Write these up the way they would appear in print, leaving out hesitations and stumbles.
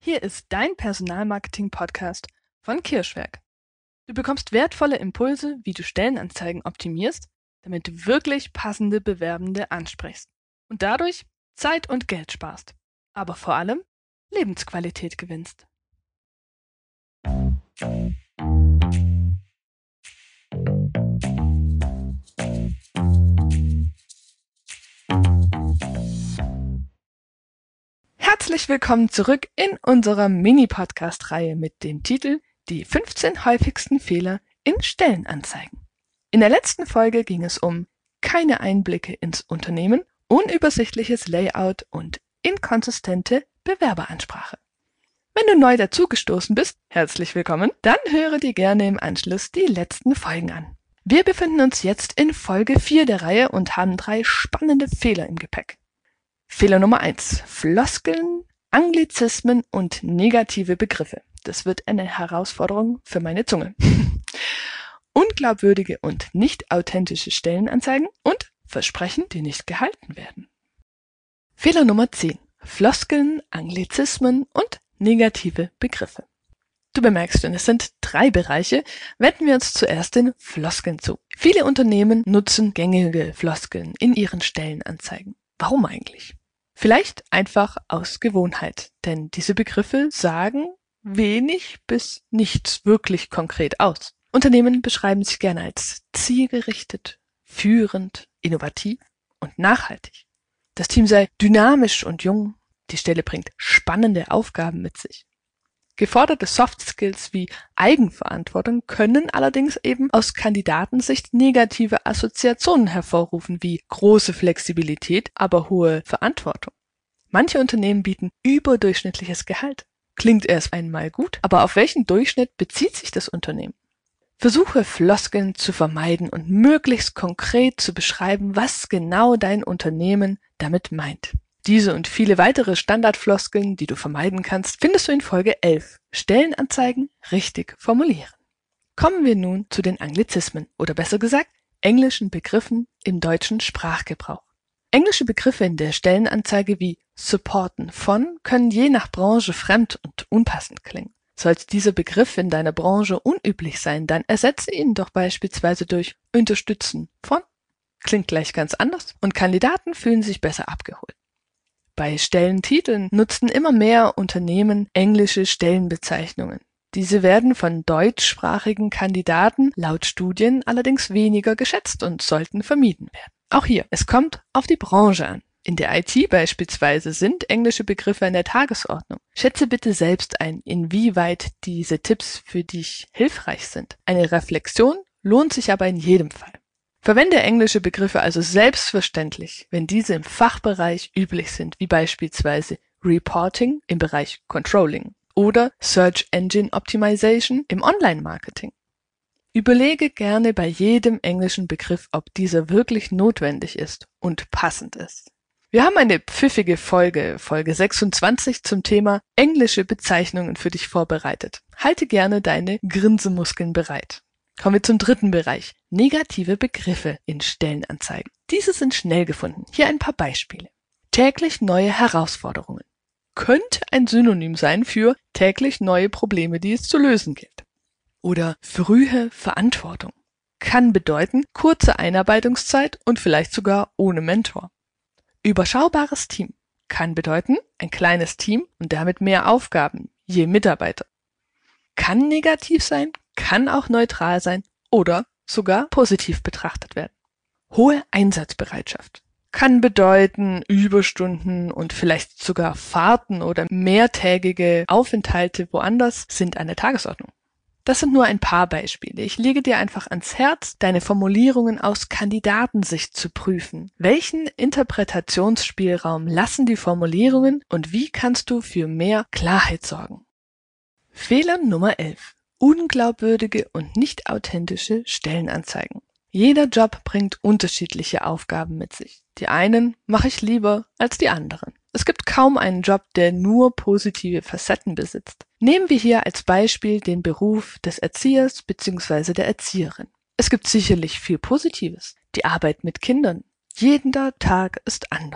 Hier ist dein Personalmarketing-Podcast von Kirschwerk. Du bekommst wertvolle Impulse, wie du Stellenanzeigen optimierst, damit du wirklich passende Bewerbende ansprichst und dadurch Zeit und Geld sparst, aber vor allem Lebensqualität gewinnst. Herzlich willkommen zurück in unserer Mini-Podcast-Reihe mit dem Titel Die 15 häufigsten Fehler in Stellenanzeigen. In der letzten Folge ging es um keine Einblicke ins Unternehmen, unübersichtliches Layout und inkonsistente Bewerberansprache. Wenn du neu dazugestoßen bist, herzlich willkommen, dann höre dir gerne im Anschluss die letzten Folgen an. Wir befinden uns jetzt in Folge 4 der Reihe und haben 3 spannende Fehler im Gepäck. Fehler Nummer 1. Floskeln, Anglizismen und negative Begriffe. Das wird eine Herausforderung für meine Zunge. Unglaubwürdige und nicht authentische Stellenanzeigen und Versprechen, die nicht gehalten werden. Fehler Nummer 10. Floskeln, Anglizismen und negative Begriffe. Du bemerkst schon, es sind 3 Bereiche. Wenden wir uns zuerst den Floskeln zu. Viele Unternehmen nutzen gängige Floskeln in ihren Stellenanzeigen. Warum eigentlich? Vielleicht einfach aus Gewohnheit, denn diese Begriffe sagen wenig bis nichts wirklich konkret aus. Unternehmen beschreiben sich gerne als zielgerichtet, führend, innovativ und nachhaltig. Das Team sei dynamisch und jung, die Stelle bringt spannende Aufgaben mit sich. Geforderte Soft Skills wie Eigenverantwortung können allerdings eben aus Kandidatensicht negative Assoziationen hervorrufen, wie große Flexibilität, aber hohe Verantwortung. Manche Unternehmen bieten überdurchschnittliches Gehalt. Klingt erst einmal gut, aber auf welchen Durchschnitt bezieht sich das Unternehmen? Versuche Floskeln zu vermeiden und möglichst konkret zu beschreiben, was genau dein Unternehmen damit meint. Diese und viele weitere Standardfloskeln, die du vermeiden kannst, findest du in Folge 11. Stellenanzeigen richtig formulieren. Kommen wir nun zu den Anglizismen oder besser gesagt englischen Begriffen im deutschen Sprachgebrauch. Englische Begriffe in der Stellenanzeige wie supporten von können je nach Branche fremd und unpassend klingen. Sollte dieser Begriff in deiner Branche unüblich sein, dann ersetze ihn doch beispielsweise durch unterstützen von. Klingt gleich ganz anders und Kandidaten fühlen sich besser abgeholt. Bei Stellentiteln nutzen immer mehr Unternehmen englische Stellenbezeichnungen. Diese werden von deutschsprachigen Kandidaten laut Studien allerdings weniger geschätzt und sollten vermieden werden. Auch hier, es kommt auf die Branche an. In der IT beispielsweise sind englische Begriffe an der Tagesordnung. Schätze bitte selbst ein, inwieweit diese Tipps für dich hilfreich sind. Eine Reflexion lohnt sich aber in jedem Fall. Verwende englische Begriffe also selbstverständlich, wenn diese im Fachbereich üblich sind, wie beispielsweise Reporting im Bereich Controlling oder Search Engine Optimization im Online-Marketing. Überlege gerne bei jedem englischen Begriff, ob dieser wirklich notwendig ist und passend ist. Wir haben eine pfiffige Folge 26 zum Thema englische Bezeichnungen für dich vorbereitet. Halte gerne deine Grinsemuskeln bereit. Kommen wir zum 3. Bereich. Negative Begriffe in Stellenanzeigen. Diese sind schnell gefunden. Hier ein paar Beispiele. Täglich neue Herausforderungen. Könnte ein Synonym sein für täglich neue Probleme, die es zu lösen gilt. Oder frühe Verantwortung. Kann bedeuten kurze Einarbeitungszeit und vielleicht sogar ohne Mentor. Überschaubares Team. Kann bedeuten ein kleines Team und damit mehr Aufgaben, je Mitarbeiter. Kann negativ sein, kann auch neutral sein oder sogar positiv betrachtet werden. Hohe Einsatzbereitschaft. Kann bedeuten, Überstunden und vielleicht sogar Fahrten oder mehrtägige Aufenthalte woanders sind an der Tagesordnung. Das sind nur ein paar Beispiele. Ich lege dir einfach ans Herz, deine Formulierungen aus Kandidatensicht zu prüfen. Welchen Interpretationsspielraum lassen die Formulierungen und wie kannst du für mehr Klarheit sorgen? Fehler Nummer 11. Unglaubwürdige und nicht authentische Stellenanzeigen. Jeder Job bringt unterschiedliche Aufgaben mit sich. Die einen mache ich lieber als die anderen. Es gibt kaum einen Job, der nur positive Facetten besitzt. Nehmen wir hier als Beispiel den Beruf des Erziehers bzw. der Erzieherin. Es gibt sicherlich viel Positives. Die Arbeit mit Kindern. Jeder Tag ist anders.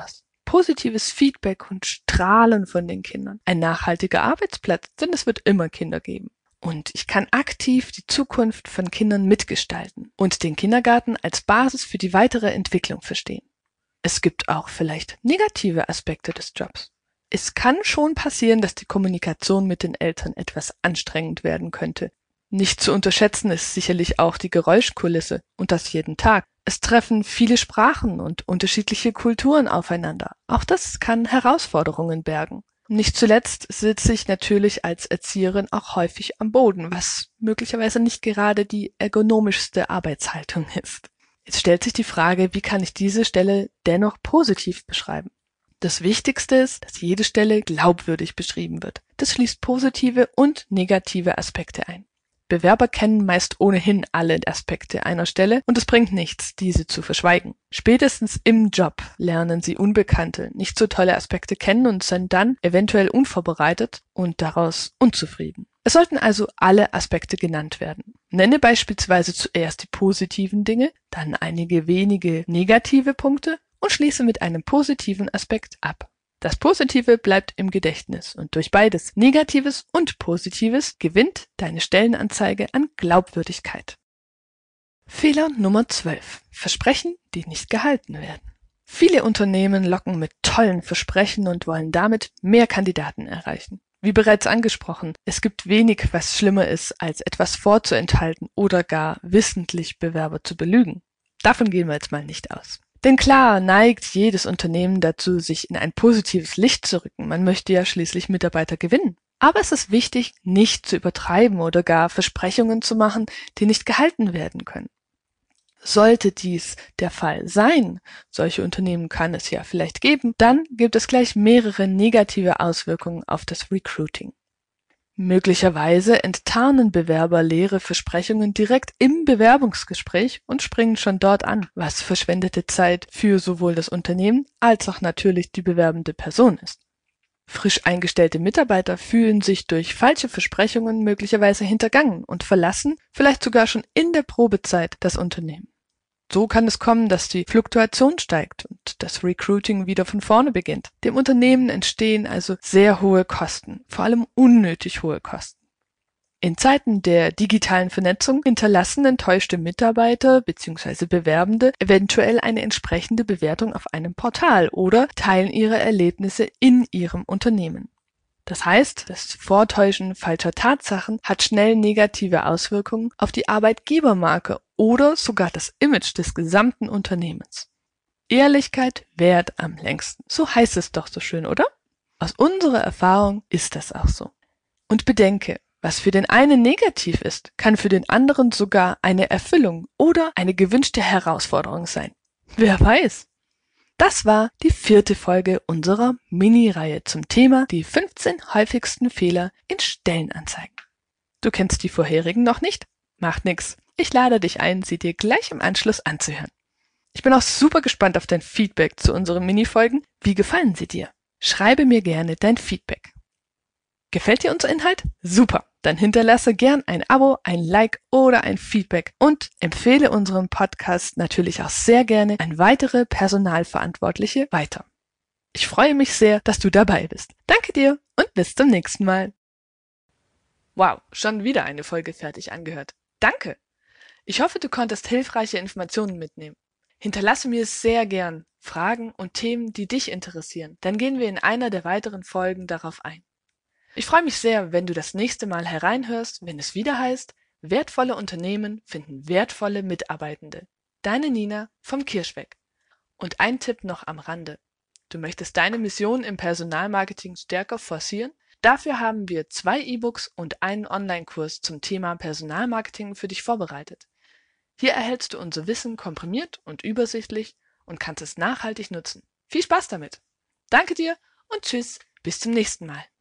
positives Feedback und Strahlen von den Kindern. Ein nachhaltiger Arbeitsplatz, denn es wird immer Kinder geben. Und ich kann aktiv die Zukunft von Kindern mitgestalten und den Kindergarten als Basis für die weitere Entwicklung verstehen. Es gibt auch vielleicht negative Aspekte des Jobs. Es kann schon passieren, dass die Kommunikation mit den Eltern etwas anstrengend werden könnte. Nicht zu unterschätzen ist sicherlich auch die Geräuschkulisse und das jeden Tag. Es treffen viele Sprachen und unterschiedliche Kulturen aufeinander. Auch das kann Herausforderungen bergen. Nicht zuletzt sitze ich natürlich als Erzieherin auch häufig am Boden, was möglicherweise nicht gerade die ergonomischste Arbeitshaltung ist. Jetzt stellt sich die Frage, wie kann ich diese Stelle dennoch positiv beschreiben? Das Wichtigste ist, dass jede Stelle glaubwürdig beschrieben wird. Das schließt positive und negative Aspekte ein. Bewerber kennen meist ohnehin alle Aspekte einer Stelle und es bringt nichts, diese zu verschweigen. Spätestens im Job lernen sie unbekannte, nicht so tolle Aspekte kennen und sind dann eventuell unvorbereitet und daraus unzufrieden. Es sollten also alle Aspekte genannt werden. Nenne beispielsweise zuerst die positiven Dinge, dann einige wenige negative Punkte und schließe mit einem positiven Aspekt ab. Das Positive bleibt im Gedächtnis und durch beides, Negatives und Positives, gewinnt deine Stellenanzeige an Glaubwürdigkeit. Fehler Nummer 12. Versprechen, die nicht gehalten werden. Viele Unternehmen locken mit tollen Versprechen und wollen damit mehr Kandidaten erreichen. Wie bereits angesprochen, es gibt wenig, was schlimmer ist, als etwas vorzuenthalten oder gar wissentlich Bewerber zu belügen. Davon gehen wir jetzt mal nicht aus. Denn klar neigt jedes Unternehmen dazu, sich in ein positives Licht zu rücken. Man möchte ja schließlich Mitarbeiter gewinnen. Aber es ist wichtig, nicht zu übertreiben oder gar Versprechungen zu machen, die nicht gehalten werden können. Sollte dies der Fall sein, solche Unternehmen kann es ja vielleicht geben, dann gibt es gleich mehrere negative Auswirkungen auf das Recruiting. Möglicherweise enttarnen Bewerber leere Versprechungen direkt im Bewerbungsgespräch und springen schon dort an, was verschwendete Zeit für sowohl das Unternehmen als auch natürlich die bewerbende Person ist. Frisch eingestellte Mitarbeiter fühlen sich durch falsche Versprechungen möglicherweise hintergangen und verlassen vielleicht sogar schon in der Probezeit das Unternehmen. So kann es kommen, dass die Fluktuation steigt und das Recruiting wieder von vorne beginnt. Dem Unternehmen entstehen also sehr hohe Kosten, vor allem unnötig hohe Kosten. In Zeiten der digitalen Vernetzung hinterlassen enttäuschte Mitarbeiter bzw. Bewerbende eventuell eine entsprechende Bewertung auf einem Portal oder teilen ihre Erlebnisse in ihrem Unternehmen. Das heißt, das Vortäuschen falscher Tatsachen hat schnell negative Auswirkungen auf die Arbeitgebermarke oder sogar das Image des gesamten Unternehmens. Ehrlichkeit währt am längsten. So heißt es doch so schön, oder? Aus unserer Erfahrung ist das auch so. Und bedenke, was für den einen negativ ist, kann für den anderen sogar eine Erfüllung oder eine gewünschte Herausforderung sein. Wer weiß? Das war die 4. Folge unserer Mini-Reihe zum Thema die 15 häufigsten Fehler in Stellenanzeigen. Du kennst die vorherigen noch nicht? Macht nix. Ich lade dich ein, sie dir gleich im Anschluss anzuhören. Ich bin auch super gespannt auf dein Feedback zu unseren Mini-Folgen. Wie gefallen sie dir? Schreibe mir gerne dein Feedback. Gefällt dir unser Inhalt? Super! Dann hinterlasse gern ein Abo, ein Like oder ein Feedback und empfehle unseren Podcast natürlich auch sehr gerne an weitere Personalverantwortliche weiter. Ich freue mich sehr, dass du dabei bist. Danke dir und bis zum nächsten Mal. Wow, schon wieder eine Folge fertig angehört. Danke! Ich hoffe, du konntest hilfreiche Informationen mitnehmen. Hinterlasse mir sehr gern Fragen und Themen, die dich interessieren. Dann gehen wir in einer der weiteren Folgen darauf ein. Ich freue mich sehr, wenn du das nächste Mal hereinhörst, wenn es wieder heißt, wertvolle Unternehmen finden wertvolle Mitarbeitende. Deine Nina vom Kirschweg. Und ein Tipp noch am Rande. Du möchtest deine Mission im Personalmarketing stärker forcieren? Dafür haben wir 2 E-Books und einen Online-Kurs zum Thema Personalmarketing für dich vorbereitet. Hier erhältst du unser Wissen komprimiert und übersichtlich und kannst es nachhaltig nutzen. Viel Spaß damit! Danke dir und tschüss, bis zum nächsten Mal.